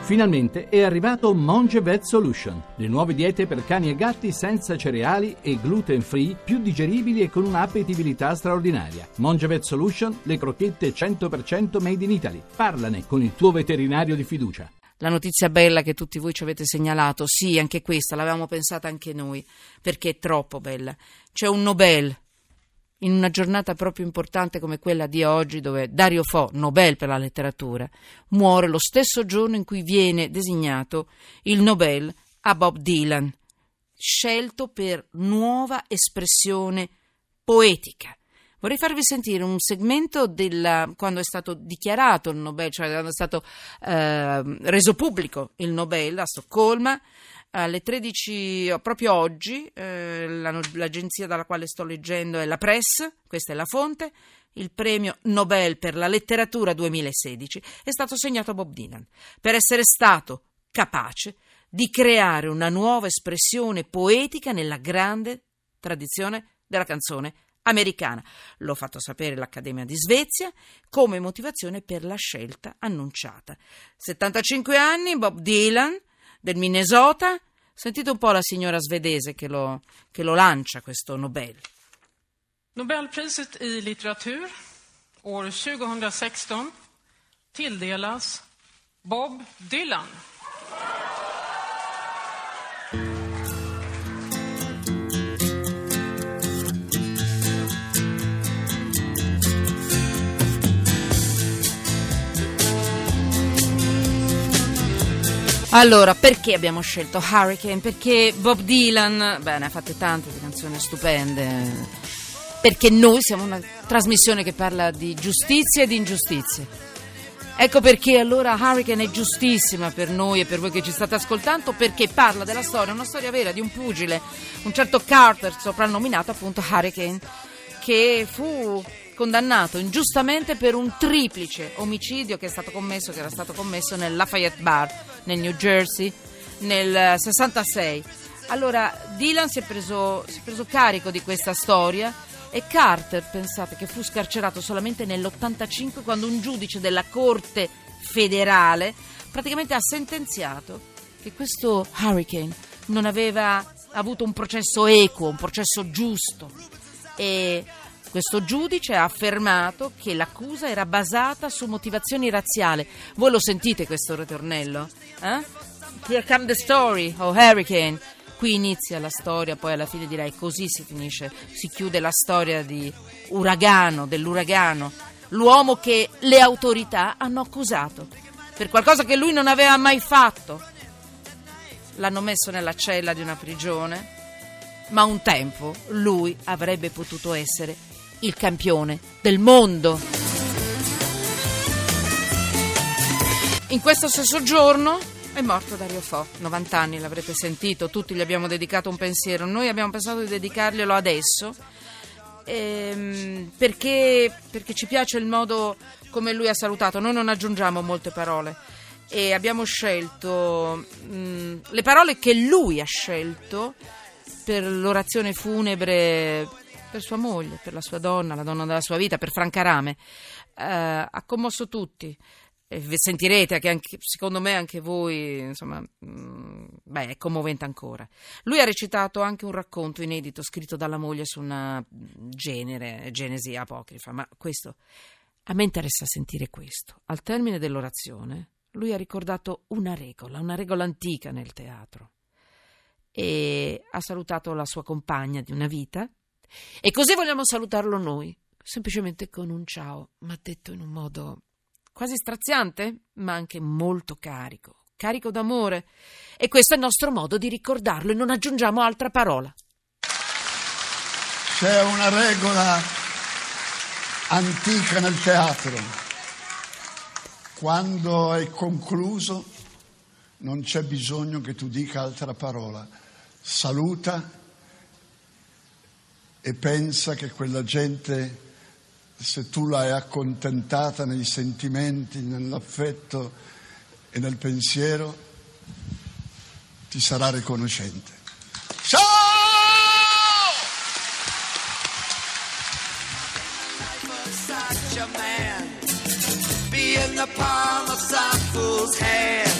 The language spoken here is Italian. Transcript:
Finalmente è arrivato Monge Vet Solution, le nuove diete per cani e gatti senza cereali e gluten free, più digeribili e con un'appetibilità straordinaria. Monge Vet Solution, le crocchette 100% made in Italy. Parlane con il tuo veterinario di fiducia. La notizia bella che tutti voi ci avete segnalato, sì, anche questa l'avevamo pensata anche noi, perché è troppo bella. C'è un Nobel in una giornata proprio importante come quella di oggi, dove Dario Fo, Nobel per la letteratura, muore lo stesso giorno in cui viene designato il Nobel a Bob Dylan, scelto per nuova espressione poetica. Vorrei farvi sentire un segmento quando è stato dichiarato il Nobel, cioè quando è stato reso pubblico il Nobel a Stoccolma. Alle 13, proprio oggi, l'agenzia dalla quale sto leggendo è la Press, questa è la fonte. Il premio Nobel per la letteratura 2016 è stato assegnato a Bob Dylan per essere stato capace di creare una nuova espressione poetica nella grande tradizione della canzone americana. L'ho fatto sapere l'Accademia di Svezia come motivazione per la scelta annunciata. 75 anni, Bob Dylan del Minnesota. Sentite un po' la signora svedese che lo lancia questo Nobel. Nobelpriset i litteratur år 2016 tilldelas Bob Dylan. Allora, perché abbiamo scelto Hurricane? Perché Bob Dylan, ne ha fatte tante di canzoni stupende, perché noi siamo una trasmissione che parla di giustizia e di ingiustizie. Ecco perché allora Hurricane è giustissima per noi e per voi che ci state ascoltando, perché parla della storia, una storia vera di un pugile, un certo Carter, soprannominato appunto Hurricane, che fu condannato ingiustamente per un triplice omicidio che era stato commesso nel Lafayette Bar nel New Jersey nel 66. Allora Dylan si è preso carico di questa storia e Carter, pensate, che fu scarcerato solamente nell'85 quando un giudice della Corte federale praticamente ha sentenziato che questo Hurricane non aveva avuto un processo equo, un processo giusto, e questo giudice ha affermato che l'accusa era basata su motivazioni razziali. Voi lo sentite questo ritornello? Here come the story of Hurricane. Qui inizia la storia, poi alla fine direi così si finisce, si chiude la storia dell'uragano, l'uomo che le autorità hanno accusato per qualcosa che lui non aveva mai fatto. L'hanno messo nella cella di una prigione, ma un tempo lui avrebbe potuto essere il campione del mondo. In questo stesso giorno è morto Dario Fo, 90 anni, l'avrete sentito, tutti gli abbiamo dedicato un pensiero. Noi abbiamo pensato di dedicarglielo adesso perché ci piace il modo come lui ha salutato. Noi non aggiungiamo molte parole e abbiamo scelto le parole che lui ha scelto per l'orazione funebre per sua moglie, per la sua donna, la donna della sua vita, per Franca Rame. Ha commosso tutti. E sentirete che anche, secondo me anche voi, insomma, è commovente ancora. Lui ha recitato anche un racconto inedito scritto dalla moglie su una genesi apocrifa, ma questo, a me interessa sentire questo. Al termine dell'orazione lui ha ricordato una regola antica nel teatro, e ha salutato la sua compagna di una vita, e così vogliamo salutarlo noi, semplicemente con un ciao, ma detto in un modo quasi straziante, ma anche molto carico d'amore. E questo è il nostro modo di ricordarlo e non aggiungiamo altra parola. C'è una regola antica nel teatro. Quando è concluso non c'è bisogno che tu dica altra parola. Saluta e pensa che quella gente, se tu l'hai accontentata nei sentimenti, nell'affetto e nel pensiero, ti sarà riconoscente. Ciao! Such a man, be in the palm of some fool's hand.